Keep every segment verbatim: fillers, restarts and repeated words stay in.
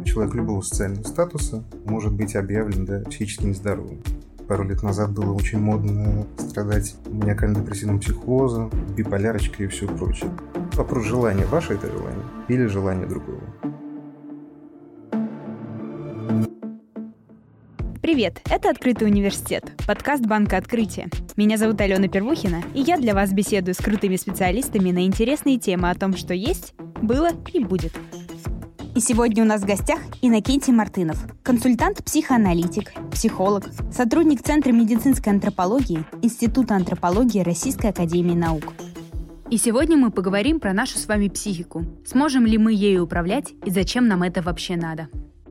человек любого социального статуса может быть объявлен, да, психически нездоровым. Пару лет назад было очень модно страдать маниакально-депрессивным психозом, биполярочкой и все прочее. Вопрос желания. Ваше это желание или желание другого? Привет, это «Открытый университет», подкаст Банка Открытия. Меня зовут Алена Первухина, и я для вас беседую с крутыми специалистами на интересные темы о том, что есть, было и будет. И сегодня у нас в гостях Иннокентий Мартынов, консультант-психоаналитик, психолог, сотрудник Центра медицинской антропологии Института антропологии Российской академии наук. И сегодня мы поговорим про нашу с вами психику. Сможем ли мы ею управлять и зачем нам это вообще надо?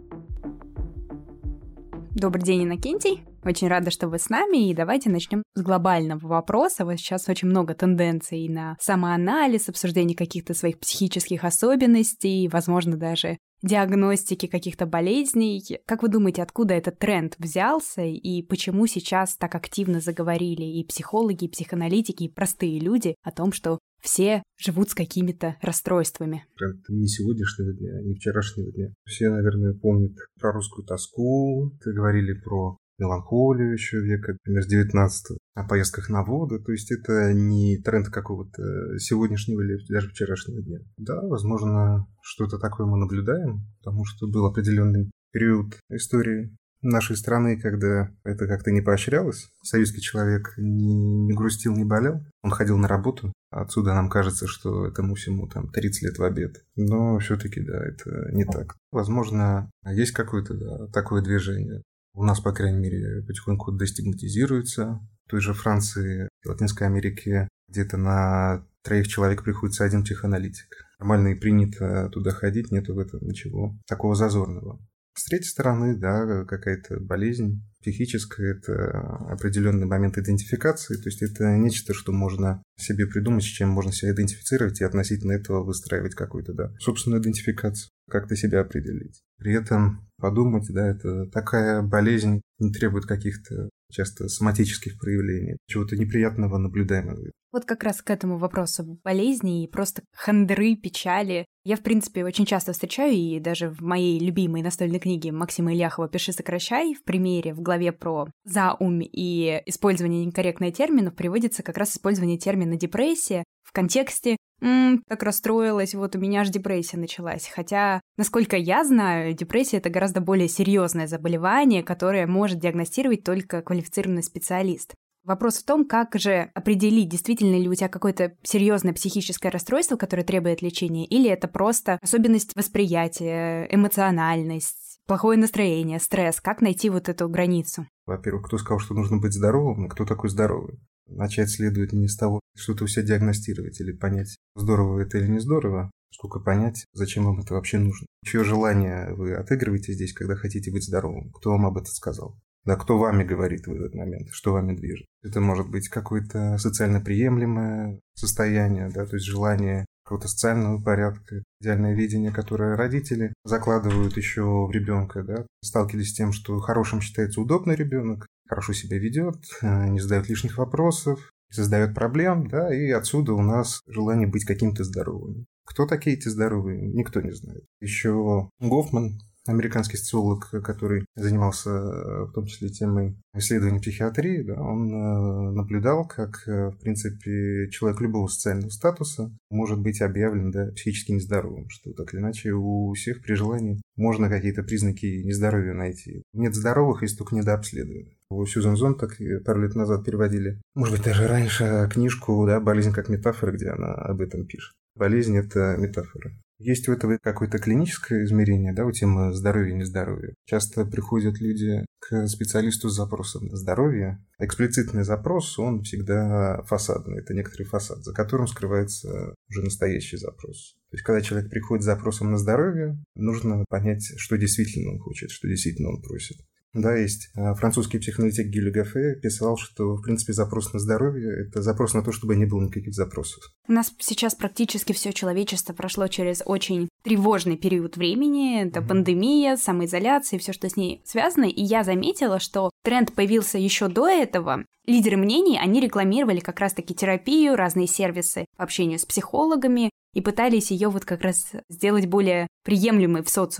Добрый день, Иннокентий. Очень рада, что вы с нами, и давайте начнем с глобального вопроса. Вот сейчас очень много тенденций на самоанализ, обсуждение каких-то своих психических особенностей, возможно, даже диагностики каких-то болезней. Как вы думаете, откуда этот тренд взялся, и почему сейчас так активно заговорили и психологи, и психоаналитики, и простые люди о том, что все живут с какими-то расстройствами? Тренд не сегодняшнего дня, не вчерашнего дня. Все, наверное, помнят про русскую тоску, говорили про меланхолию еще века, например, с девятнадцатого, о поездках на воду. То есть это не тренд какого-то сегодняшнего или даже вчерашнего дня. Да, возможно, что-то такое мы наблюдаем, потому что был определенный период истории нашей страны, когда это как-то не поощрялось. Советский человек не, не грустил, не болел. Он ходил на работу. Отсюда нам кажется, что этому всему там тридцать лет в обед. Но все-таки, да, это не так. Возможно, есть какое-то, да, такое движение. У нас, по крайней мере, потихоньку дестигматизируется. В той же Франции и Латинской Америке где-то на троих человек приходится один психоаналитик. Нормально и принято туда ходить, нету в этом ничего такого зазорного. С третьей стороны, да, какая-то болезнь психическая, это определенный момент идентификации, то есть это нечто, что можно себе придумать, с чем можно себя идентифицировать и относительно этого выстраивать какую-то, да, собственную идентификацию, как-то себя определить. При этом подумать, да, это такая болезнь, не требует каких-то часто соматических проявлений, чего-то неприятного наблюдаемого. Вот как раз к этому вопросу болезни и просто хандры, печали. Я, в принципе, очень часто встречаю, и даже в моей любимой настольной книге Максима Ильяхова «Пиши, сокращай» в примере, в главе про заум и использование некорректных терминов приводится как раз использование термина «депрессия» в контексте «М, так расстроилась, вот у меня аж депрессия началась». Хотя, насколько я знаю, депрессия — это гораздо более серьезное заболевание, которое может диагностировать только квалифицированный специалист. Вопрос в том, как же определить, действительно ли у тебя какое-то серьезное психическое расстройство, которое требует лечения, или это просто особенность восприятия, эмоциональность, плохое настроение, стресс. Как найти вот эту границу? Во-первых, кто сказал, что нужно быть здоровым, и кто такой здоровый? Начать следует не с того, что-то у себя диагностировать или понять, здорово это или не здорово, сколько понять, зачем вам это вообще нужно. Чье желание вы отыгрываете здесь, когда хотите быть здоровым? Кто вам об этом сказал? Да, кто вами говорит в этот момент, что вами движет? Это может быть какое-то социально приемлемое состояние, да, то есть желание какого-то социального порядка, идеальное видение, которое родители закладывают еще в ребенка, да, сталкивались с тем, что хорошим считается удобный ребенок, хорошо себя ведет, не задает лишних вопросов, не создает проблем, да, и отсюда у нас желание быть каким-то здоровым. Кто такие эти здоровые, никто не знает. Еще Гофман, американский социолог, который занимался в том числе темой исследования психиатрии, да, он наблюдал, как, в принципе, человек любого социального статуса может быть объявлен, да, психически нездоровым, что так или иначе у всех при желании можно какие-то признаки нездоровья найти. Нет здоровых, если только недообследованы. У Сьюзан Зонтак пару лет назад переводили, может быть, даже раньше, книжку, да, «Болезнь как метафора», где она об этом пишет. Болезнь – это метафора. Есть у этого какое-то клиническое измерение, да, у темы здоровья и нездоровья. Часто приходят люди к специалисту с запросом на здоровье. Эксплицитный запрос, он всегда фасадный. Это некоторый фасад, за которым скрывается уже настоящий запрос. То есть, когда человек приходит с запросом на здоровье, нужно понять, что действительно он хочет, что действительно он просит. Да, есть французский психоаналитик Гюй Ле Гоффе писал, что, в принципе, запрос на здоровье – это запрос на то, чтобы не было никаких запросов. У нас сейчас практически все человечество прошло через очень тревожный период времени. Это mm-hmm. пандемия, самоизоляция и все, что с ней связано. И я заметила, что тренд появился еще до этого. Лидеры мнений, они рекламировали как раз-таки терапию, разные сервисы по общению с психологами и пытались ее вот как раз сделать более приемлемой в социуме.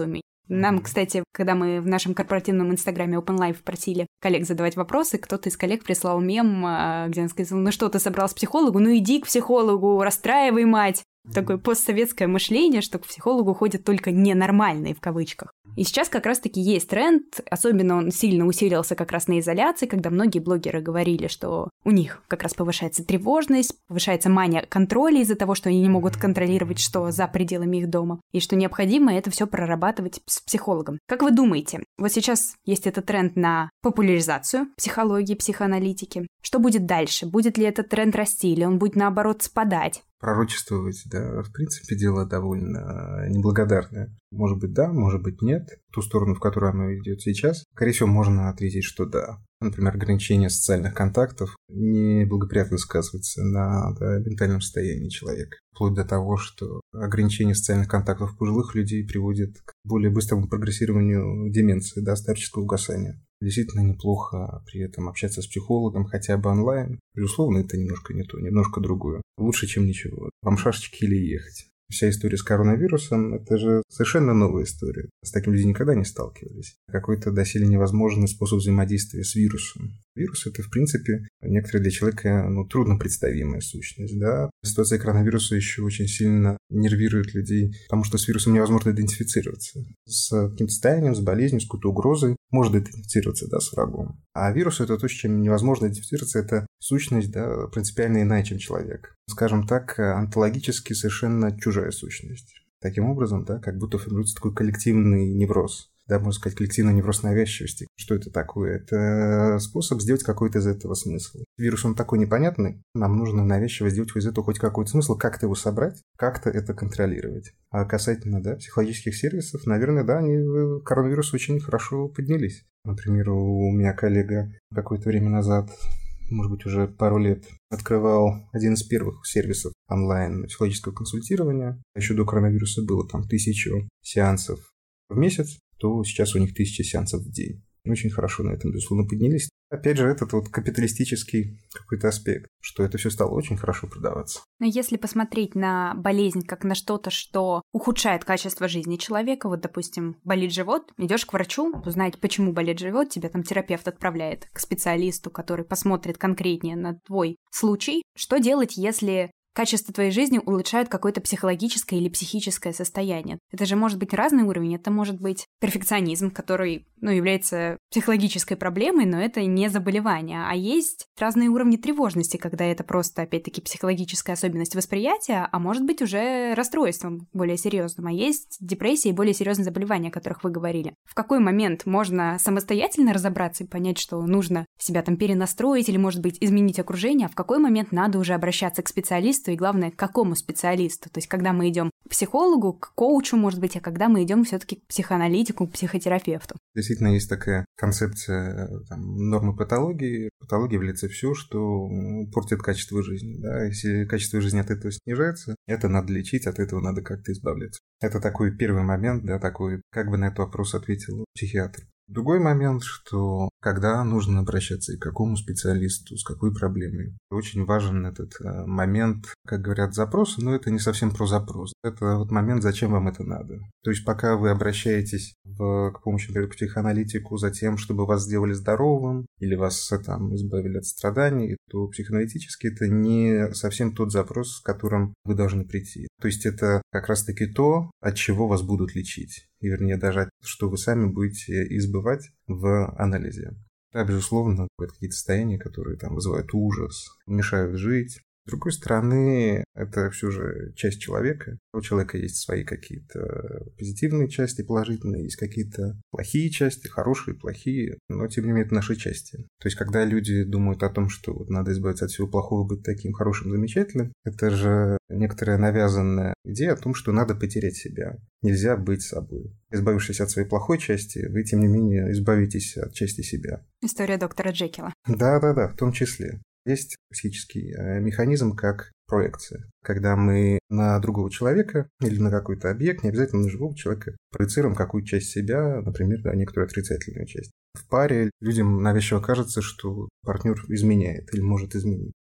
Нам, кстати, когда мы в нашем корпоративном инстаграме Open Life просили коллег задавать вопросы, кто-то из коллег прислал мем, где он сказал: ну что, ты собрался к психологу? Ну иди к психологу, расстраивай мать. Такое постсоветское мышление, что к психологу ходят только ненормальные, в кавычках. И сейчас как раз-таки есть тренд, особенно он сильно усилился как раз на изоляции, когда многие блогеры говорили, что у них как раз повышается тревожность, повышается мания контроля из-за того, что они не могут контролировать, что за пределами их дома, и что необходимо это все прорабатывать с психологом. Как вы думаете, вот сейчас есть этот тренд на популяризацию психологии, психоаналитики. Что будет дальше? Будет ли этот тренд расти, или он будет, наоборот, спадать? Пророчествовать, да, в принципе, дело довольно неблагодарное. Может быть, да, может быть, нет. В ту сторону, в которую оно идет сейчас, скорее всего, можно ответить, что да. Например, ограничение социальных контактов неблагоприятно сказывается на да, ментальном состоянии человека. Вплоть до того, что ограничение социальных контактов пожилых людей приводит к более быстрому прогрессированию деменции, да, старческого угасания. Действительно неплохо при этом общаться с психологом хотя бы онлайн. Безусловно, это немножко не то, немножко другое. Лучше, чем ничего. Вам шашечки или ехать. Вся история с коронавирусом – это же совершенно новая история. С таким люди никогда не сталкивались. Какой-то доселе невозможный способ взаимодействия с вирусом. Вирус – это, в принципе, некоторая для человека ну, трудно представимая сущность. Да? Ситуация коронавируса еще очень сильно нервирует людей, потому что с вирусом невозможно идентифицироваться. С каким-то состоянием, с болезнью, с какой-то угрозой можно идентифицироваться да, с врагом. А вирус – это то, с чем невозможно идентифицироваться, это сущность да, принципиально иная, чем человек. Скажем так, онтологически совершенно чужая сущность. Таким образом, да, как будто формируется такой коллективный невроз. Да, можно сказать, коллективный невроз навязчивости. Что это такое? Это способ сделать какой-то из этого смысл. Вирус, он такой непонятный, нам нужно навязчиво сделать из этого хоть какой-то смысл, как-то его собрать, как-то это контролировать. А касательно да, психологических сервисов, наверное, да, они в коронавирус очень хорошо поднялись. Например, у меня коллега какое-то время назад, может быть, уже пару лет, открывал один из первых сервисов онлайн психологического консультирования. Еще до коронавируса было там тысячу сеансов в месяц, то сейчас у них тысяча сеансов в день. Очень хорошо на этом, безусловно, поднялись. Опять же, этот вот капиталистический какой-то аспект, что это все стало очень хорошо продаваться. Но если посмотреть на болезнь как на что-то, что ухудшает качество жизни человека, вот, допустим, болит живот, идешь к врачу, узнать, почему болит живот, тебя там терапевт отправляет к специалисту, который посмотрит конкретнее на твой случай. Что делать, если качество твоей жизни улучшает какое-то психологическое или психическое состояние? Это же может быть разный уровень. Это может быть перфекционизм, который, ну, является психологической проблемой, но это не заболевание. А есть разные уровни тревожности, когда это просто, опять-таки, психологическая особенность восприятия, а может быть уже расстройством более серьезным. А есть депрессия и более серьезные заболевания, о которых вы говорили. В какой момент можно самостоятельно разобраться и понять, что нужно себя там перенастроить или, может быть, изменить окружение, а в какой момент надо уже обращаться к специалисту и, главное, к какому специалисту? То есть, когда мы идем к психологу, к коучу, может быть, а когда мы идем все-таки к психоаналитику, к психотерапевту. Действительно, есть такая концепция там, нормы патологии. Патология является все, что портит качество жизни. Да? Если качество жизни от этого снижается, это надо лечить, от этого надо как-то избавляться. Это такой первый момент, да, такой, как бы на этот вопрос ответил психиатр. Другой момент, что когда нужно обращаться и к какому специалисту, с какой проблемой. Очень важен этот момент, как говорят, запроса, но это не совсем про запрос. Это вот момент, зачем вам это надо. То есть пока вы обращаетесь в, к помощи, например, к психоаналитику за тем, чтобы вас сделали здоровым или вас там избавили от страданий, то психоаналитически это не совсем тот запрос, с которым вы должны прийти. То есть это как раз-таки то, от чего вас будут лечить. И, вернее, даже что вы сами будете избывать в анализе. Да, безусловно, бывают какие-то состояния, которые там вызывают ужас, мешают жить. С другой стороны, это все же часть человека. У человека есть свои какие-то позитивные части, положительные, есть какие-то плохие части, хорошие, плохие, но тем не менее это наши части. То есть, когда люди думают о том, что вот надо избавиться от всего плохого, быть таким хорошим, замечательным, это же некоторая навязанная идея о том, что надо потерять себя. Нельзя быть собой. Избавившись от своей плохой части, вы, тем не менее, избавитесь от части себя. История доктора Джекила. Да-да-да, в том числе. Есть психический механизм, как проекция. Когда мы на другого человека или на какой-то объект, не обязательно на живого человека, проецируем какую-то часть себя, например, да, некоторую отрицательную часть. В паре людям навязчиво кажется, что партнер изменяет или может изменить.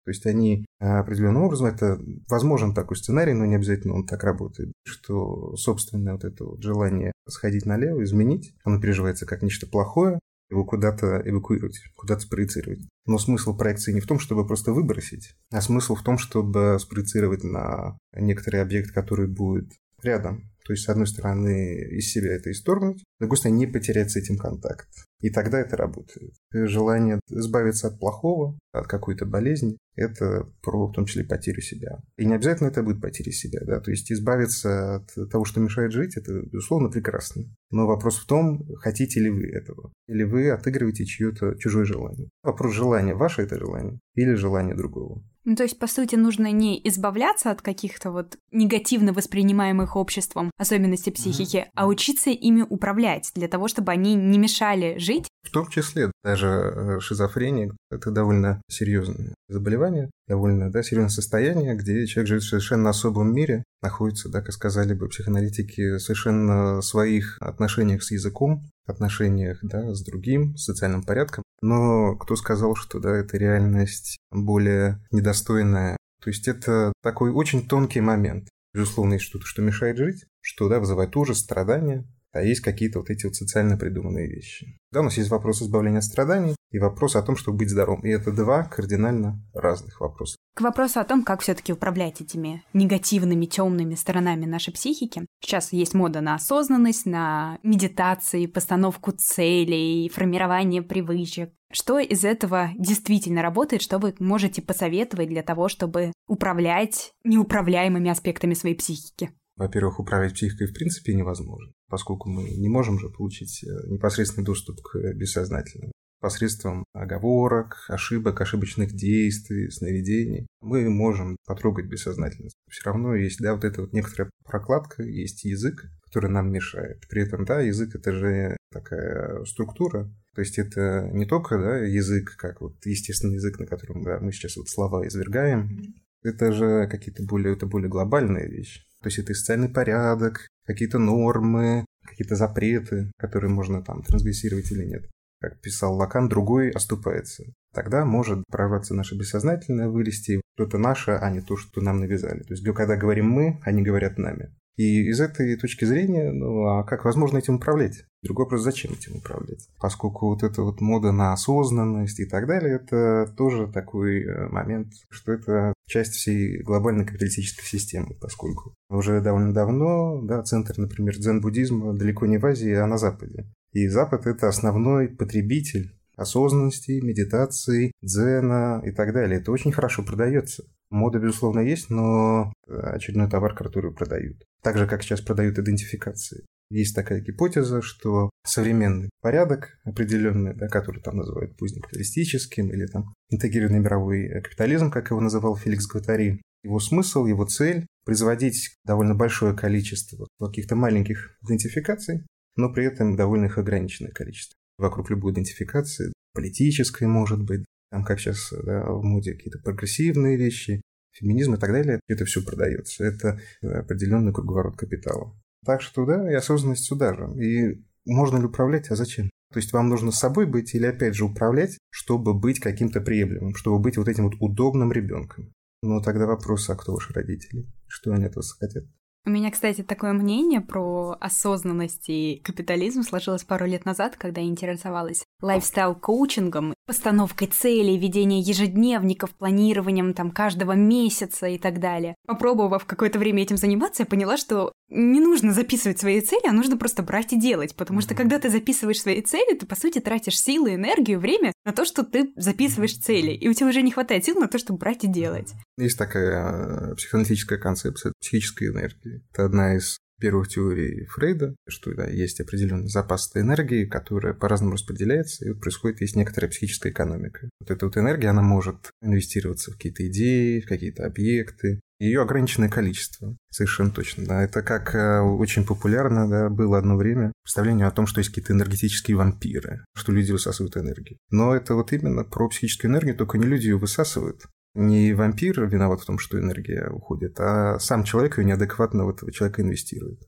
То есть они определенным образом, это возможен такой сценарий, но не обязательно он так работает, что собственное вот это вот желание сходить налево, изменить, оно переживается как нечто плохое, его куда-то эвакуировать, куда-то спроецировать. Но смысл проекции не в том, чтобы просто выбросить, а смысл в том, чтобы спроецировать на некоторый объект, который будет рядом. То есть, с одной стороны, из себя это исторгнуть, с другой стороны, не потерять с этим контакт. И тогда это работает. Желание избавиться от плохого, от какой-то болезни, это про, в том числе, потерю себя. И не обязательно это будет потеря себя. Да? То есть, избавиться от того, что мешает жить, это, безусловно, прекрасно. Но вопрос в том, хотите ли вы этого. Или вы отыгрываете чье-то чужое желание. Вопрос желания, ваше это желание или желание другого. Ну, то есть, по сути, нужно не избавляться от каких-то вот негативно воспринимаемых обществом особенностей психики, mm-hmm. а учиться ими управлять для того, чтобы они не мешали жить. В том числе даже шизофрения – это довольно серьезное заболевание, довольно да, серьезное состояние, где человек живет в совершенно особом мире, находится, да, как сказали бы психоаналитики, в совершенно своих отношениях с языком, отношениях да, с другим, с социальным порядком. Но кто сказал, что да, эта реальность более недостойная? То есть это такой очень тонкий момент. Безусловно, есть что-то, что мешает жить, что да, вызывает ужас, страдания, а есть какие-то вот эти вот социально придуманные вещи. Да, у нас есть вопрос избавления от страданий и вопрос о том, чтобы быть здоровым. И это два кардинально разных вопроса. К вопросу о том, как все-таки управлять этими негативными, темными сторонами нашей психики. Сейчас есть мода на осознанность, на медитации, постановку целей, формирование привычек. Что из этого действительно работает, что вы можете посоветовать для того, чтобы управлять неуправляемыми аспектами своей психики? Во-первых, управлять психикой в принципе невозможно, поскольку мы не можем же получить непосредственный доступ к бессознательному. Посредством оговорок, ошибок, ошибочных действий, сновидений мы можем потрогать бессознательность. Все равно есть, да, вот эта вот некоторая прокладка, есть язык, который нам мешает. При этом, да, язык – это же такая структура, то есть это не только, да, язык, как вот естественный язык, на котором да, мы сейчас вот слова извергаем, это же какие-то более, это более глобальные вещи. То есть это и социальный порядок, какие-то нормы, какие-то запреты, которые можно там трансгрессировать или нет. Как писал Лакан, другой оступается. Тогда может прорваться наше бессознательное, вылезти что-то наше, а не то, что нам навязали. То есть, когда говорим мы, они говорят нами. И из этой точки зрения, ну, а как возможно этим управлять? Другой вопрос, зачем этим управлять? Поскольку вот эта вот мода на осознанность и так далее, это тоже такой момент, что это часть всей глобальной капиталистической системы, поскольку уже довольно давно, да, центр, например, дзен-буддизма далеко не в Азии, а на Западе. И Запад – это основной потребитель осознанности, медитации, дзена и так далее. Это очень хорошо продается. Мода, безусловно, есть, но очередной товар, который продают. Так же, как сейчас продают идентификации. Есть такая гипотеза, что современный порядок определенный, да, который там называют позднекапиталистическим или там интегрированный мировой капитализм, как его называл Феликс Гваттари, его смысл, его цель – производить довольно большое количество каких-то маленьких идентификаций, но при этом довольно их ограниченное количество. Вокруг любой идентификации, политической, может быть, там, как сейчас да, в моде какие-то прогрессивные вещи, феминизм и так далее, это все продается. Это определенный круговорот капитала. Так что, да, и осознанность сюда же. И можно ли управлять, а зачем? То есть вам нужно с собой быть или, опять же, управлять, чтобы быть каким-то приемлемым, чтобы быть вот этим вот удобным ребенком. Но тогда вопрос, а кто ваши родители? Что они от вас хотят? У меня, кстати, такое мнение про осознанность и капитализм сложилось пару лет назад, когда я интересовалась лайфстайл-коучингом, постановкой целей, ведением ежедневников, планированием там каждого месяца и так далее. Попробовав какое-то время этим заниматься, я поняла, что не нужно записывать свои цели, а нужно просто брать и делать, потому что когда ты записываешь свои цели, ты, по сути, тратишь силы, энергию, время на то, что ты записываешь цели, и у тебя уже не хватает сил на то, чтобы брать и делать. Есть такая психоаналитическая концепция психической энергии. Это одна из первых теорий Фрейда, что да, есть определенный запас этой энергии, которая по-разному распределяется, и вот происходит есть некоторая психическая экономика. Вот эта вот энергия, она может инвестироваться в какие-то идеи, в какие-то объекты. Ее ограниченное количество, совершенно точно. Да. Это как э, очень популярно да, было одно время представление о том, что есть какие-то энергетические вампиры, что люди высасывают энергию. Но это вот именно про психическую энергию, только не люди ее высасывают. Не вампир виноват в том, что энергия уходит, а сам человек ее неадекватно в этого человека инвестирует.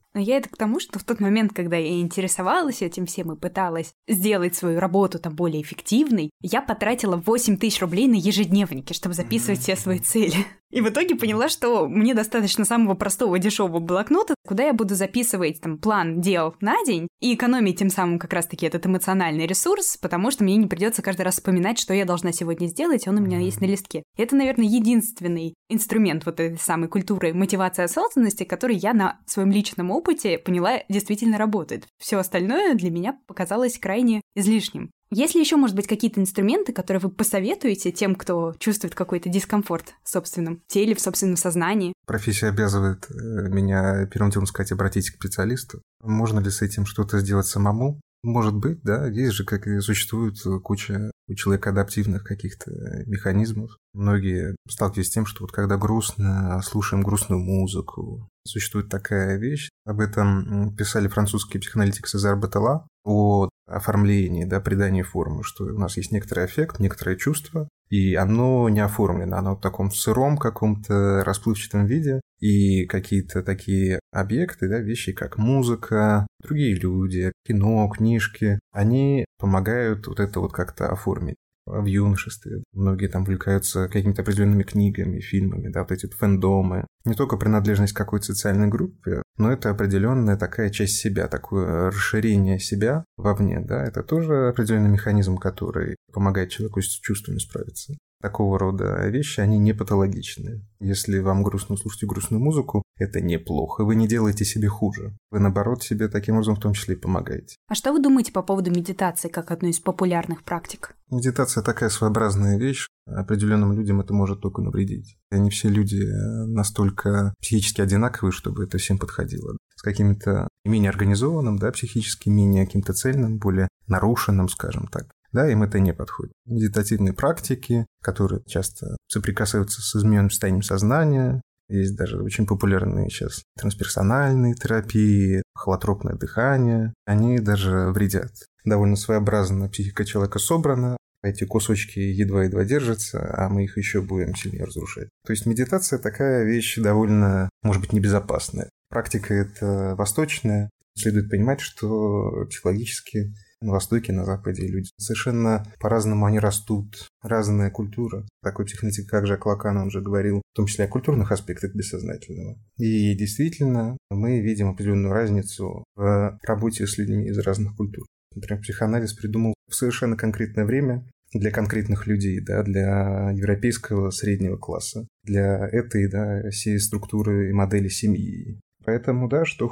Но я это к тому, что в тот момент, когда я интересовалась этим всем и пыталась сделать свою работу там более эффективной, я потратила восемь тысяч рублей на ежедневники, чтобы записывать все свои цели. И в итоге поняла, что мне достаточно самого простого дешевого блокнота, куда я буду записывать там план дел на день и экономить тем самым как раз-таки этот эмоциональный ресурс, потому что мне не придется каждый раз вспоминать, что я должна сегодня сделать, он у меня есть на листке. И это, наверное, единственный инструмент вот этой самой культуры мотивации осознанности, который я на своем личном опыте поняла действительно работает. Все остальное для меня показалось крайне излишним. Есть ли еще, может быть, какие-то инструменты, которые вы посоветуете тем, кто чувствует какой-то дискомфорт в собственном теле, в собственном сознании? Профессия обязывает меня первым делом сказать, обратитесь к специалисту. Можно ли с этим что-то сделать самому? Может быть, да. Есть же, как и существует куча у человека адаптивных каких-то механизмов. Многие сталкиваются с тем, что вот когда грустно, слушаем грустную музыку. Существует такая вещь. Об этом писали французские психоаналитики Сезар Бателла о оформлении, да, придании формы, что у нас есть некоторый аффект, некоторое чувство, и оно не оформлено, оно в таком сыром каком-то расплывчатом виде, и какие-то такие объекты, да, вещи, как музыка, другие люди, кино, книжки, они помогают вот это вот как-то оформить. В юношестве многие там увлекаются какими-то определенными книгами, фильмами, да, вот эти фэндомы. Не только принадлежность к какой-то социальной группе, но это определенная такая часть себя, такое расширение себя вовне, да, это тоже определенный механизм, который помогает человеку с чувствами справиться. Такого рода вещи, они не патологичны. Если вам грустно слушать грустную музыку, это неплохо. Вы не делаете себе хуже. Вы, наоборот, себе таким образом в том числе и помогаете. А что вы думаете по поводу медитации, как одной из популярных практик? Медитация такая своеобразная вещь. Определенным людям это может только навредить. И не все люди настолько психически одинаковые, чтобы это всем подходило. С каким-то менее организованным, да, психически менее каким-то цельным, более нарушенным, скажем так. Да, им это не подходит. Медитативные практики, которые часто соприкасаются с измененным состоянием сознания, есть даже очень популярные сейчас трансперсональные терапии, холотропное дыхание, они даже вредят. Довольно своеобразно психика человека собрана, эти кусочки едва-едва держатся, а мы их еще будем сильнее разрушать. То есть медитация такая вещь довольно, может быть, небезопасная. Практика эта восточная. Следует понимать, что психологически на Востоке, на Западе люди совершенно по-разному они растут, разная культура. Такой психоаналитик, как Жак Лакан, он же говорил, в том числе о культурных аспектах бессознательного. И действительно, мы видим определенную разницу в работе с людьми из разных культур. Например, психоанализ придумал в совершенно конкретное время для конкретных людей, да, для европейского среднего класса, для этой, да, всей структуры и модели семьи. Поэтому, да, что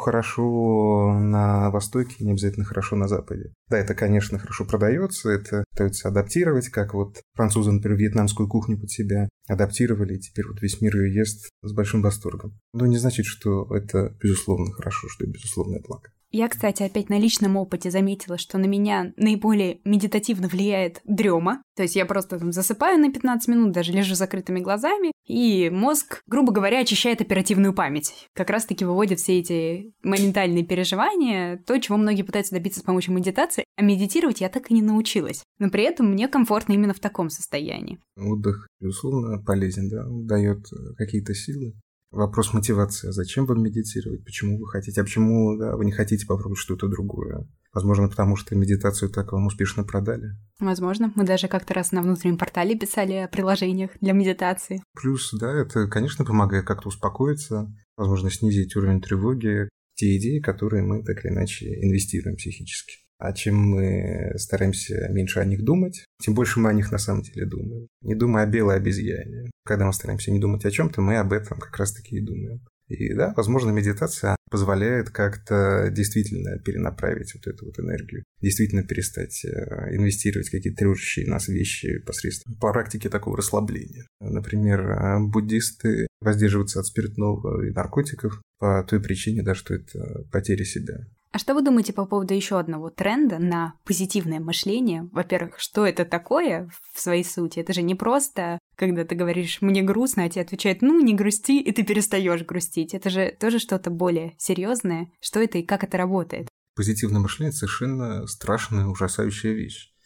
хорошо на Востоке, не обязательно хорошо на Западе. Да, это, конечно, хорошо продается, это пытаются адаптировать, как вот французы, например, вьетнамскую кухню под себя адаптировали, и теперь вот весь мир ее ест с большим восторгом. Но не значит, что это, безусловно, хорошо, что это безусловное благо. Я, кстати, опять на личном опыте заметила, что на меня наиболее медитативно влияет дрема. То есть я просто там засыпаю на пятнадцать минут, даже лежу с закрытыми глазами, и мозг, грубо говоря, очищает оперативную память. Как раз-таки выводит все эти моментальные переживания, то, чего многие пытаются добиться с помощью медитации, а медитировать я так и не научилась. Но при этом мне комфортно именно в таком состоянии. Отдых, безусловно, полезен, да, он дает какие-то силы. Вопрос мотивации. Зачем вам медитировать? Почему вы хотите? А почему, да, вы не хотите попробовать что-то другое? Возможно, потому что медитацию так вам успешно продали. Возможно. Мы даже как-то раз на внутреннем портале писали о приложениях для медитации. Плюс, да, это, конечно, помогает как-то успокоиться, возможно, снизить уровень тревоги, те идеи, которые мы так или иначе инвестируем психически. А чем мы стараемся меньше о них думать, тем больше мы о них на самом деле думаем. Не думая о белой обезьяне. Когда мы стараемся не думать о чем-то, мы об этом как раз-таки и думаем. И да, возможно, медитация позволяет как-то действительно перенаправить вот эту вот энергию, действительно перестать инвестировать в какие-то тревожащие нас вещи посредством практики такого расслабления. Например, буддисты воздерживаются от спиртного и наркотиков по той причине, да, что это потеря себя. А что вы думаете по поводу еще одного тренда на позитивное мышление? Во-первых, что это такое в своей сути? Это же не просто, когда ты говоришь «мне грустно», а тебе отвечают «ну, не грусти», и ты перестаешь грустить. Это же тоже что-то более серьезное. Что это и как это работает? Позитивное мышление – совершенно страшная, ужасающая вещь.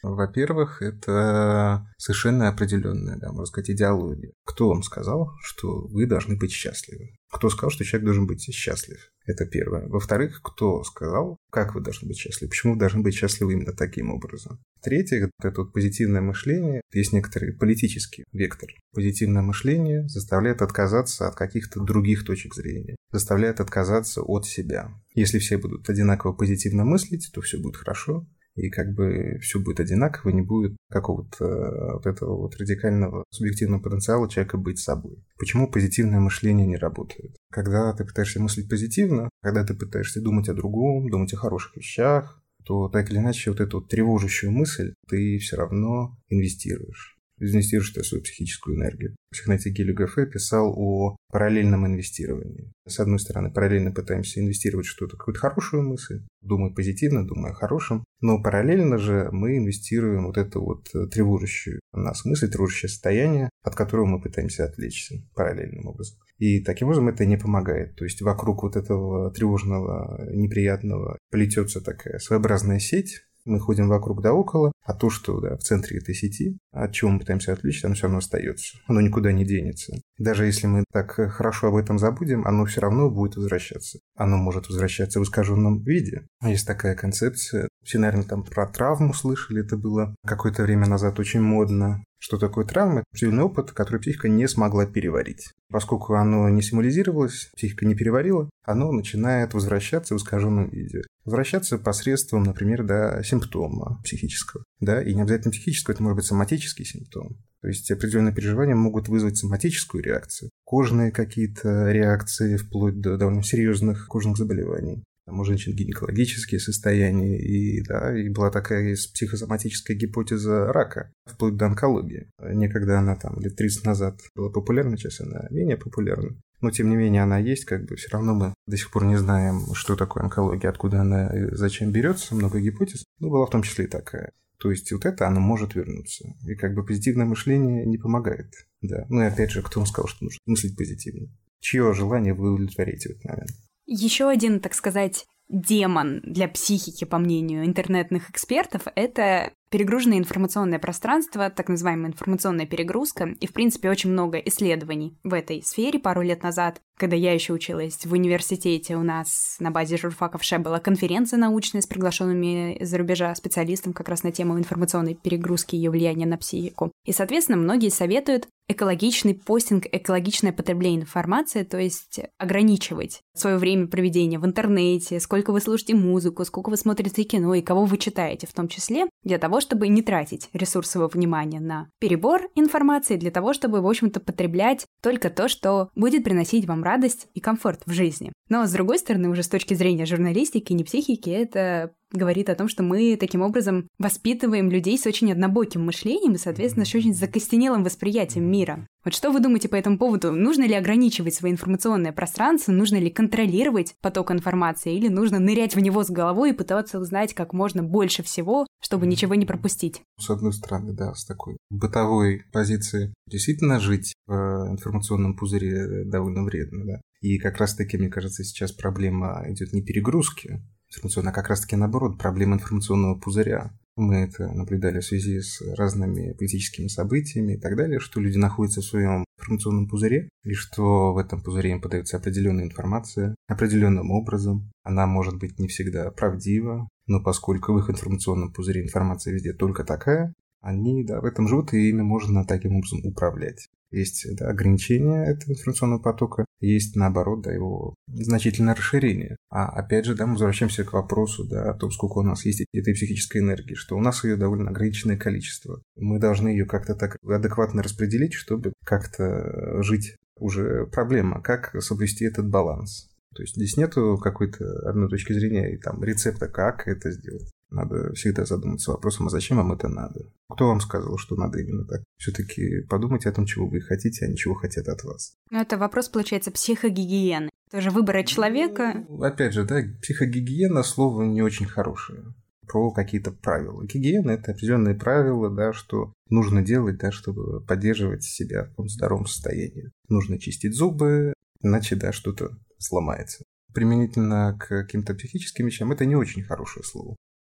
Во-первых, это совершенно определенная, да, можно сказать, идеология. Кто вам сказал, что вы должны быть счастливы? Кто сказал, что человек должен быть счастлив? Это первое. Во-вторых, кто сказал, как вы должны быть счастливы? Почему вы должны быть счастливы именно таким образом? В-третьих, это вот позитивное мышление. Есть некоторый политический вектор. Позитивное мышление заставляет отказаться от каких-то других точек зрения. Заставляет отказаться от себя. Если все будут одинаково позитивно мыслить, то все будет хорошо. И как бы все будет одинаково, не будет какого-то вот этого вот радикального субъективного потенциала человека быть собой. Почему позитивное мышление не работает? Когда ты пытаешься мыслить позитивно, когда ты пытаешься думать о другом, думать о хороших вещах, то так или иначе вот эту вот тревожащую мысль ты все равно инвестируешь. Инвестируешь в свою психическую энергию. Психоаналитик Гилю Гафе писал о параллельном инвестировании. С одной стороны, параллельно пытаемся инвестировать в что-то, какую-то хорошую мысль, думая позитивно, думая о хорошем, но параллельно же мы инвестируем вот эту вот тревожащую нас мысль, тревожащее состояние, от которого мы пытаемся отвлечься параллельным образом. И таким образом это не помогает. То есть вокруг вот этого тревожного, неприятного плетется такая своеобразная сеть. Мы ходим вокруг да около, а то, что да, в центре этой сети, от чего мы пытаемся отвлечься, оно все равно остается. Оно никуда не денется. Даже если мы так хорошо об этом забудем, оно все равно будет возвращаться. Оно может возвращаться в искаженном виде. Есть такая концепция. Все, наверное, там про травму слышали. Это было какое-то время назад очень модно. Что такое травма? Это определенный опыт, который психика не смогла переварить. Поскольку оно не символизировалось, психика не переварила, оно начинает возвращаться в искаженном виде. Возвращаться посредством, например, да, симптома психического. Да? И не обязательно психического, это может быть соматический симптом. То есть определенные переживания могут вызвать соматическую реакцию. Кожные какие-то реакции, вплоть до довольно серьезных кожных заболеваний. Там у женщин гинекологические состояния, и, да, и была такая психосоматическая гипотеза рака, вплоть до онкологии. Некогда она там лет тридцать назад была популярна, сейчас она менее популярна. Но, тем не менее, она есть, как бы все равно мы до сих пор не знаем, что такое онкология, откуда она и зачем берется, много гипотез, но была в том числе и такая. То есть вот это, оно может вернуться. И как бы позитивное мышление не помогает. Да. Ну и опять же, кто вам сказал, что нужно мыслить позитивно? Чье желание вы удовлетворите в этот момент? Еще один, так сказать, демон для психики, по мнению интернетных экспертов, это перегруженное информационное пространство, так называемая информационная перегрузка. И, в принципе, очень много исследований в этой сфере. Пару лет назад, когда я еще училась в университете, у нас на базе журфака в ШЭ была конференция научная с приглашенными из-за рубежа специалистами как раз на тему информационной перегрузки и ее влияния на психику. И, соответственно, многие советуют экологичный постинг, экологичное потребление информации, то есть ограничивать свое время проведения в интернете, сколько вы слушаете музыку, сколько вы смотрите кино и кого вы читаете в том числе, для того, чтобы не тратить ресурсовое внимание на перебор информации, для того, чтобы, в общем-то, потреблять только то, что будет приносить вам радость и комфорт в жизни. Но, с другой стороны, уже с точки зрения журналистики, не психики, это говорит о том, что мы таким образом воспитываем людей с очень однобоким мышлением и, соответственно, с очень закостенелым восприятием мира. Вот что вы думаете по этому поводу? Нужно ли ограничивать свое информационное пространство? Нужно ли контролировать поток информации? Или нужно нырять в него с головой и пытаться узнать как можно больше всего, чтобы ничего не пропустить? С одной стороны, да, с такой бытовой позиции действительно жить в информационном пузыре довольно вредно, да. И как раз-таки, мне кажется, сейчас проблема идет не перегрузки информационной, а как раз-таки наоборот, проблема информационного пузыря. Мы это наблюдали в связи с разными политическими событиями и так далее, что люди находятся в своем информационном пузыре, и что в этом пузыре им подается определенная информация определенным образом. Она может быть не всегда правдива, но поскольку в их информационном пузыре информация везде только такая, они, да, в этом живут, и ими можно таким образом управлять. Есть, да, ограничение этого информационного потока, есть, наоборот, да, его значительное расширение. А опять же, да, мы возвращаемся к вопросу, да, о том, сколько у нас есть этой психической энергии, что у нас ее довольно ограниченное количество. Мы должны ее как-то так адекватно распределить, чтобы как-то жить. Уже проблема, как соблюсти этот баланс. То есть здесь нету какой-то одной точки зрения и там рецепта, как это сделать. Надо всегда задуматься вопросом, а зачем вам это надо? Кто вам сказал, что надо именно так? Все-таки подумайте о том, чего вы хотите, а не чего хотят от вас. Ну, это вопрос, получается, психогигиены. Тоже выбора человека. Ну, опять же, да, психогигиена слово не очень хорошее. Про какие-то правила. Гигиена – это определенные правила, да, что нужно делать, да, чтобы поддерживать себя в таком здоровом состоянии. Нужно чистить зубы, иначе, да, что-то сломается. Применительно к каким-то психическим вещам это не очень хорошее слово.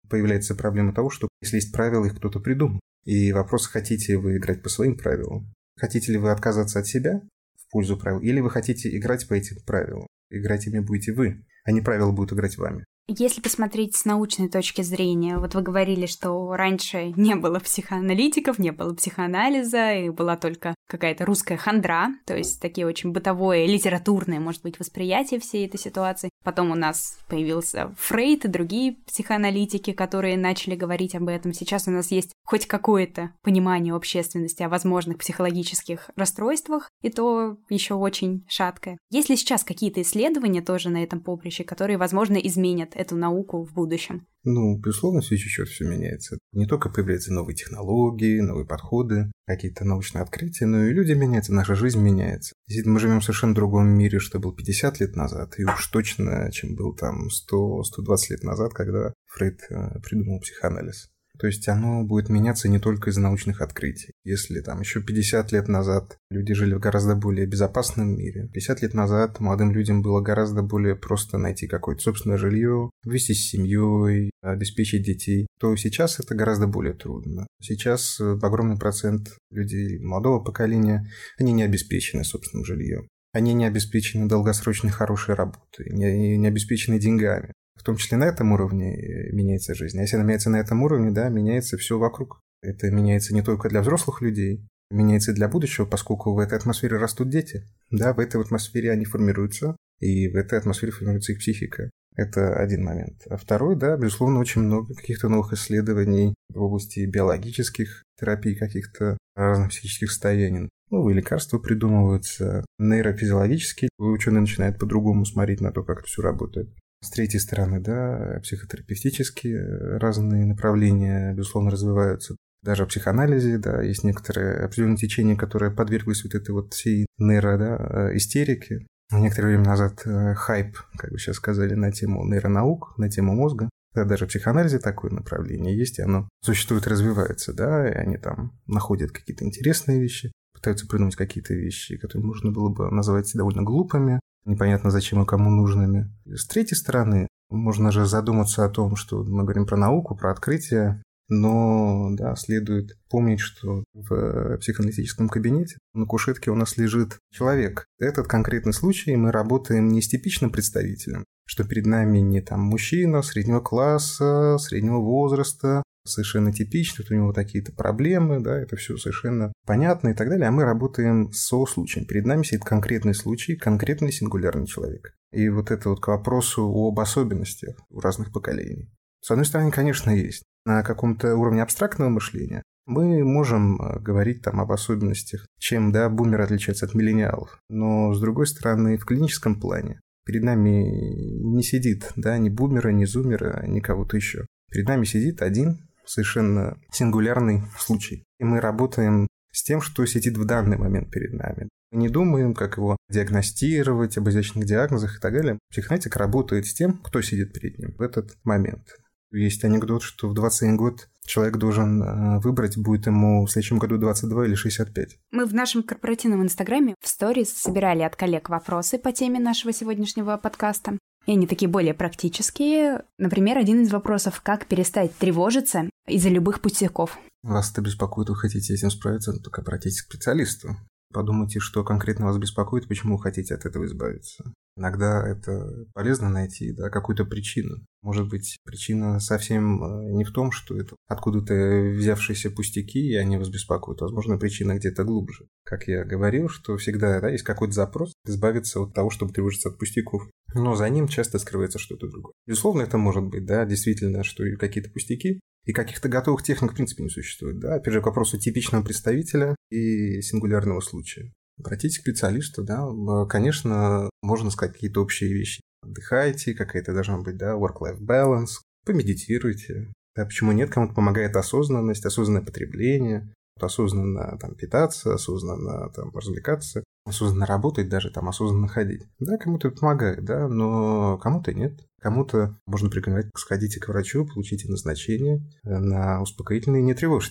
Появляется проблема того, что если есть правила, их кто-то придумал. И вопрос, хотите вы играть по своим правилам? Хотите ли вы отказаться от себя в пользу правил? Или вы хотите играть по этим правилам? Играть ими будете вы, а не правила будут играть вами. Если посмотреть с научной точки зрения, вот вы говорили, что раньше не было психоаналитиков, не было психоанализа, и была только какая-то русская хандра, то есть такие очень бытовое, литературное, может быть, восприятие всей этой ситуации. Потом у нас появился Фрейд и другие психоаналитики, которые начали говорить об этом. Сейчас у нас есть хоть какое-то понимание у общественности о возможных психологических расстройствах, и то еще очень шаткое. Есть ли сейчас какие-то исследования тоже на этом поприще, которые, возможно, изменят эту науку в будущем? Ну, безусловно, все еще все меняется. Не только появляются новые технологии, новые подходы, какие-то научные открытия, но и люди меняются, наша жизнь меняется. Действительно, мы живем в совершенно другом мире, что был пятьдесят лет назад, и уж точно, чем был там сто - сто двадцать лет назад, когда Фрейд придумал психоанализ. То есть оно будет меняться не только из-за научных открытий. Если там еще пятьдесят лет назад люди жили в гораздо более безопасном мире, пятьдесят лет назад молодым людям было гораздо более просто найти какое-то собственное жилье, вместись с семьей, обеспечить детей, то сейчас это гораздо более трудно. Сейчас огромный процент людей молодого поколения, они не обеспечены собственным жильем. Они не обеспечены долгосрочной хорошей работой, не, не обеспечены деньгами. В том числе на этом уровне меняется жизнь. А если она меняется на этом уровне, да, меняется все вокруг. Это меняется не только для взрослых людей, меняется и для будущего, поскольку в этой атмосфере растут дети. Да, в этой атмосфере они формируются, и в этой атмосфере формируется их психика. Это один момент. А второй, да, безусловно, очень много каких-то новых исследований в области биологических терапий, каких-то разных психических состояний. Новые лекарства придумываются, нейрофизиологические. Ученые начинают по-другому смотреть на то, как это все работает. С третьей стороны, да, психотерапевтические разные направления, безусловно, развиваются. Даже в психоанализе, да, есть некоторые определенные течения, которые подверглись вот этой вот всей нейро, да, истерике. Некоторое время назад хайп, как бы сейчас сказали, на тему нейронаук, на тему мозга. Да, даже в психоанализе такое направление есть, и оно существует и развивается, да, и они там находят какие-то интересные вещи, пытаются придумать какие-то вещи, которые можно было бы назвать довольно глупыми, непонятно зачем и кому нужными. С третьей стороны, можно же задуматься о том, что мы говорим про науку, про открытие, но да, следует помнить, что в психоаналитическом кабинете на кушетке у нас лежит человек. Этот конкретный случай мы работаем не с типичным представителем, что перед нами не там мужчина среднего класса, среднего возраста, совершенно типично, что у него такие-то проблемы, да, это все совершенно понятно и так далее, а мы работаем со случаем. Перед нами сидит конкретный случай, конкретный сингулярный человек. И вот это вот к вопросу об особенностях у разных поколений. С одной стороны, конечно, есть. На каком-то уровне абстрактного мышления мы можем говорить там об особенностях, чем, да, бумеры отличаются от миллениалов. Но, с другой стороны, в клиническом плане перед нами не сидит, да, ни бумера, ни зумера, ни кого-то еще. Перед нами сидит один совершенно сингулярный случай. И мы работаем с тем, что сидит в данный момент перед нами. Мы не думаем, как его диагностировать, об изящных диагнозах и так далее. Психоаналитик работает с тем, кто сидит перед ним в этот момент. Есть анекдот, что в двадцать один год человек должен выбрать, будет ему в следующем году двадцать два или шестьдесят пять. Мы в нашем корпоративном инстаграме в сторис собирали от коллег вопросы по теме нашего сегодняшнего подкаста. И они такие более практические. Например, один из вопросов: как перестать тревожиться из-за любых пустяков? Вас это беспокоит, вы хотите этим справиться, ну, только обратитесь к специалисту. Подумайте, что конкретно вас беспокоит, почему вы хотите от этого избавиться. Иногда это полезно найти, да, какую-то причину. Может быть, причина совсем не в том, что это откуда-то взявшиеся пустяки, и они вас беспокоят. Возможно, причина где-то глубже. Как я говорил, что всегда, да, есть какой-то запрос избавиться от того, чтобы тревожиться от пустяков. Но за ним часто скрывается что-то другое. Безусловно, это может быть, да, действительно, что какие-то пустяки, и каких-то готовых техник в принципе не существует. Да? Опять же, к вопросу типичного представителя и сингулярного случая. Обратитесь к специалисту, да, конечно, можно сказать какие-то общие вещи. Отдыхайте, какая-то должна быть, да, work-life balance, помедитируйте. Да, почему нет? Кому-то помогает осознанность, осознанное потребление, осознанно там питаться, осознанно там развлекаться, осознанно работать, даже там осознанно ходить. Да, кому-то это помогает, да, но кому-то нет. Кому-то можно порекомендовать: сходите к врачу, получите назначение на успокоительные, не тревожьтесь.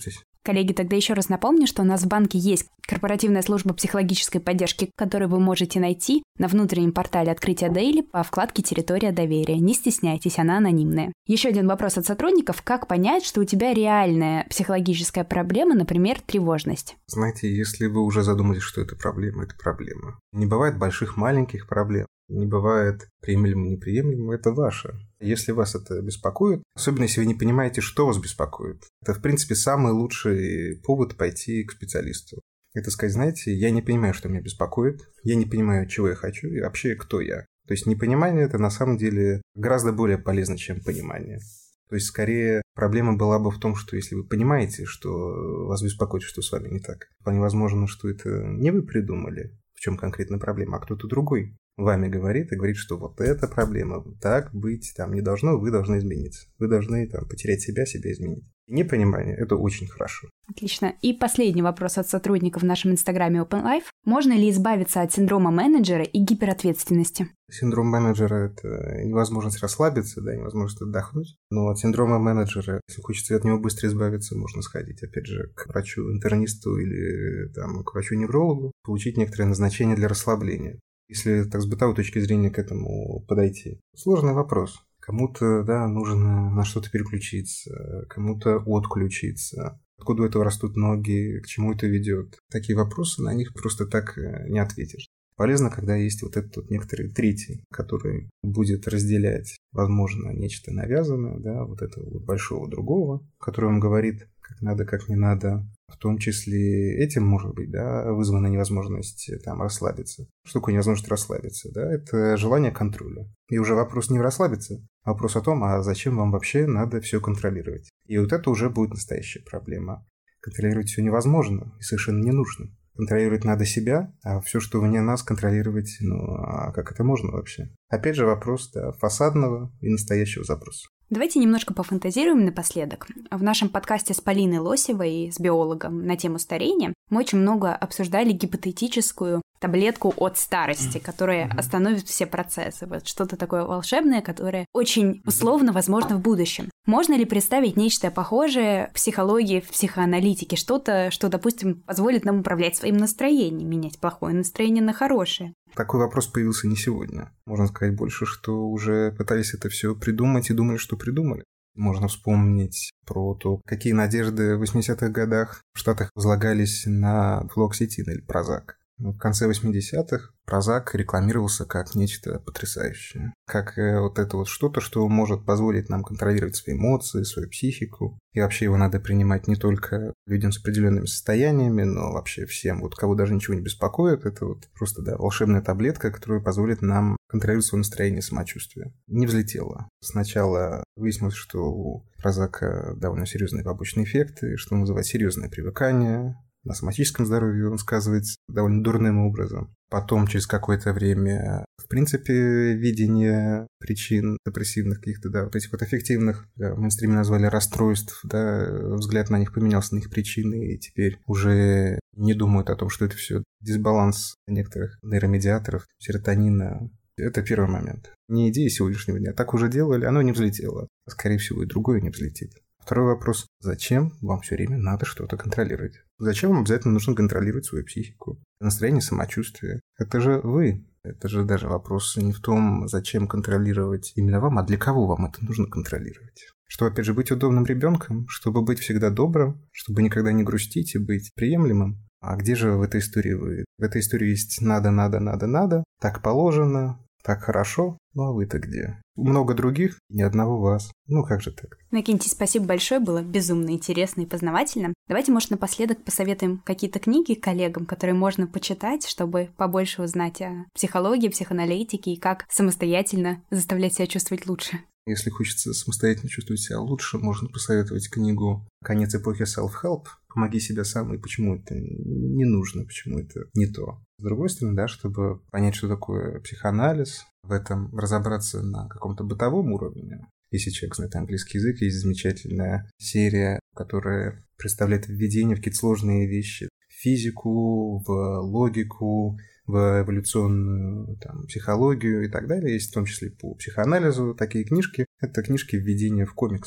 Коллеги, тогда еще раз напомню, что у нас в банке есть корпоративная служба психологической поддержки, которую вы можете найти на внутреннем портале Открытия Дейли по вкладке «Территория доверия». Не стесняйтесь, она анонимная. Еще один вопрос от сотрудников. Как понять, что у тебя реальная психологическая проблема, например, тревожность? Знаете, если вы уже задумались, что это проблема, это проблема. Не бывает больших, маленьких проблем. Не бывает приемлемо, неприемлемо, это ваше. Если вас это беспокоит, особенно если вы не понимаете, что вас беспокоит, это, в принципе, самый лучший повод пойти к специалисту. Это сказать, знаете, я не понимаю, что меня беспокоит, я не понимаю, чего я хочу и вообще, кто я. То есть непонимание – это на самом деле гораздо более полезно, чем понимание. То есть, скорее, проблема была бы в том, что если вы понимаете, что вас беспокоит, что с вами не так, вполне возможно, что это не вы придумали, в чем конкретно проблема, а кто-то другой вами говорит и говорит, что вот эта проблема, так быть там не должно, вы должны измениться. Вы должны там потерять себя, себя изменить. Непонимание – это очень хорошо. Отлично. И последний вопрос от сотрудников в нашем инстаграме OpenLife. Можно ли избавиться от синдрома менеджера и гиперответственности? Синдром менеджера – это невозможность расслабиться, да, невозможность отдохнуть. Но от синдрома менеджера, если хочется от него быстро избавиться, можно сходить, опять же, к врачу-интернисту или там, к врачу-неврологу, получить некоторое назначение для расслабления. Если так с бытовой точки зрения к этому подойти. Сложный вопрос. Кому-то, да, нужно на что-то переключиться, кому-то отключиться. Откуда у этого растут ноги, к чему это ведет? Такие вопросы, на них просто так не ответишь. Полезно, когда есть вот этот вот некоторый третий, который будет разделять, возможно, нечто навязанное, да, вот этого вот большого другого, который вам говорит, как надо, как не надо. В том числе этим может быть, да, вызвана невозможность там расслабиться. Что такое невозможность расслабиться? Да? Это желание контроля. И уже вопрос не в расслабиться, а вопрос о том, а зачем вам вообще надо все контролировать. И вот это уже будет настоящая проблема. Контролировать все невозможно и совершенно не нужно. Контролировать надо себя, а все, что вне нас, контролировать, ну, а как это можно вообще? Опять же вопрос, да, фасадного и настоящего запроса. Давайте немножко пофантазируем напоследок. В нашем подкасте с Полиной Лосевой, с биологом, на тему старения мы очень много обсуждали гипотетическую таблетку от старости, которая mm-hmm. остановит все процессы. Вот что-то такое волшебное, которое очень условно возможно в будущем. Можно ли представить нечто похожее в психологии, в психоаналитике? Что-то, что, допустим, позволит нам управлять своим настроением, менять плохое настроение на хорошее? Такой вопрос появился не сегодня. Можно сказать больше, что уже пытались это все придумать и думали, что придумали. Можно вспомнить про то, какие надежды в восьмидесятых годах в Штатах возлагались на флуоксетин или Прозак. В конце восьмидесятых Прозак рекламировался как нечто потрясающее. Как вот это вот что-то, что может позволить нам контролировать свои эмоции, свою психику. И вообще его надо принимать не только людям с определенными состояниями, но вообще всем, вот кого даже ничего не беспокоит. Это вот просто, да, волшебная таблетка, которая позволит нам контролировать свое настроение и самочувствие. Не взлетела. Сначала выяснилось, что у Прозака довольно серьезные побочные эффекты, что называть серьезное привыкание. На соматическом здоровье он сказывается довольно дурным образом. Потом, через какое-то время, в принципе, видение причин депрессивных каких-то, да, вот этих вот аффективных, да, в мейнстриме назвали расстройств, да, взгляд на них поменялся, на их причины, и теперь уже не думают о том, что это все дисбаланс некоторых нейромедиаторов, серотонина. Это первый момент. Не идея сегодняшнего дня. Так уже делали, оно не взлетело. Скорее всего, и другое не взлетит. Второй вопрос. Зачем вам все время надо что-то контролировать? Зачем вам обязательно нужно контролировать свою психику, настроение, самочувствие? Это же вы. Это же даже вопрос не в том, зачем контролировать именно вам, а для кого вам это нужно контролировать. Чтобы, опять же, быть удобным ребенком, чтобы быть всегда добрым, чтобы никогда не грустить и быть приемлемым. А где же в этой истории вы? В этой истории есть надо, надо, надо, надо, так положено, так хорошо, ну а вы-то где? Много других, ни одного вас. Ну как же так? Иннокентий, спасибо большое, было безумно интересно и познавательно. Давайте, может, напоследок посоветуем какие-то книги коллегам, которые можно почитать, чтобы побольше узнать о психологии, психоаналитике и как самостоятельно заставлять себя чувствовать лучше. Если хочется самостоятельно чувствовать себя лучше, можно посоветовать книгу «Конец эпохи self-help». Помоги себе сам, и почему это не нужно, почему это не то. С другой стороны, да, чтобы понять, что такое психоанализ, в этом разобраться на каком-то бытовом уровне. Если человек знает английский язык, есть замечательная серия, которая представляет введение в какие-то сложные вещи. В физику, в логику, в эволюционную там, психологию и так далее. Есть в том числе по психоанализу такие книжки. Это книжки введения в комиксах.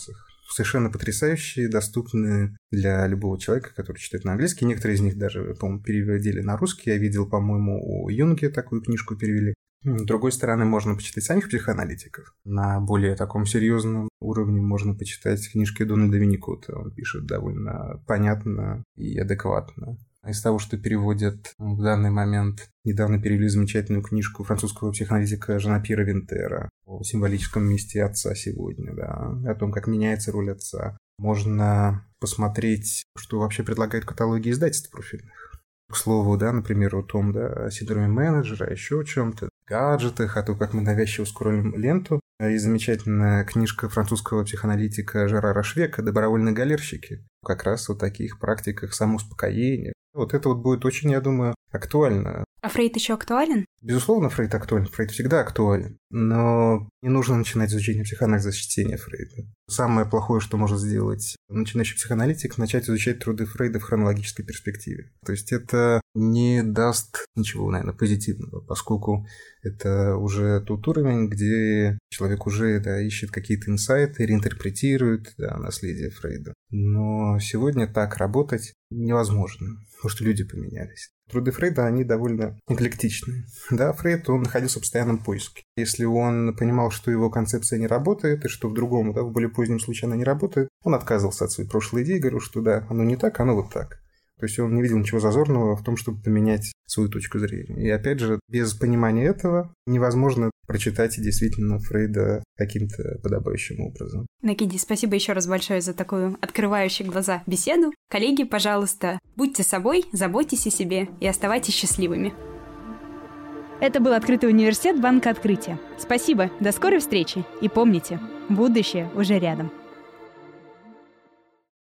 совершенно потрясающие, доступные для любого человека, который читает на английский. Некоторые из них даже, по-моему, переводили на русский. Я видел, по-моему, у Юнге такую книжку перевели. С другой стороны, можно почитать самих психоаналитиков. На более таком серьезном уровне можно почитать книжки Дональда Винникута. Он пишет довольно понятно и адекватно. Из того, что переводят в данный момент, недавно перевели замечательную книжку французского психоаналитика Жана Пьера Винтера о символическом месте отца сегодня, да, о том, как меняется роль отца. Можно посмотреть, что вообще предлагают каталоги издательств профильных. К слову, да, например, о том, да, о синдроме менеджера, о еще о чем-то, гаджетах, о том, как мы навязчиво скроллим ленту. И замечательная книжка французского психоаналитика Жерара Швека «Добровольные галерщики». Как раз о таких практиках самоуспокоения. Вот это вот будет очень, я думаю, актуально. А Фрейд еще актуален? Безусловно, Фрейд актуален. Фрейд всегда актуален. Но не нужно начинать изучение психоанализа с чтения Фрейда. Самое плохое, что может сделать начинающий психоаналитик, начать изучать труды Фрейда в хронологической перспективе. То есть это не даст ничего, наверное, позитивного, поскольку это уже тот уровень, где человек уже, да, ищет какие-то инсайты, реинтерпретирует, да, наследие Фрейда. Но сегодня так работать невозможно, потому что люди поменялись. Труды Фрейда, они довольно эклектичные. Да, Фрейд, он находился в постоянном поиске. Если он понимал, что его концепция не работает, и что в другом, да, в более позднем случае она не работает, он отказывался от своей прошлой идеи, говорил, что да, оно не так, оно вот так. То есть он не видел ничего зазорного в том, чтобы поменять свою точку зрения. И опять же, без понимания этого невозможно прочитать действительно Фрейда каким-то подобающим образом. Иннокентий, спасибо еще раз большое за такую открывающую глаза беседу. Коллеги, пожалуйста, будьте собой, заботьтесь о себе и оставайтесь счастливыми. Это был Открытый университет Банка Открытия. Спасибо, до скорой встречи. И помните, будущее уже рядом.